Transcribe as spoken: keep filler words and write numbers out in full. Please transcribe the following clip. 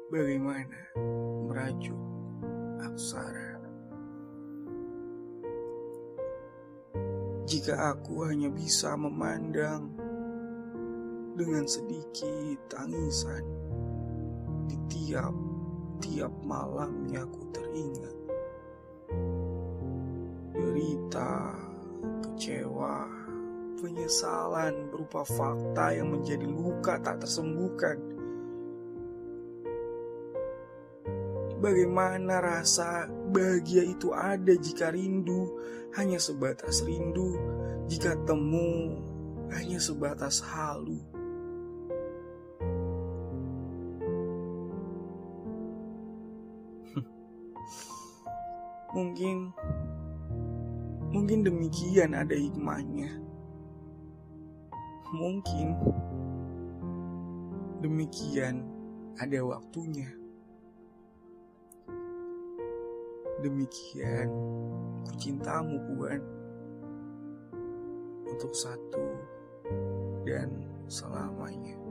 Bagaimana merajut aksara? Jika aku hanya bisa memandang dengan sedikit tangisan di tiap-tiap malamnya aku teringat derita, kecewa, penyesalan berupa fakta yang menjadi luka tak tersembuhkan. Bagaimana rasa bahagia itu ada jika rindu hanya sebatas rindu, jika temu hanya sebatas halu. Mungkin Mungkin demikian ada hikmahnya. Mungkin demikian ada waktunya. Demikian ku cintamu, Puan, untuk satu dan selamanya.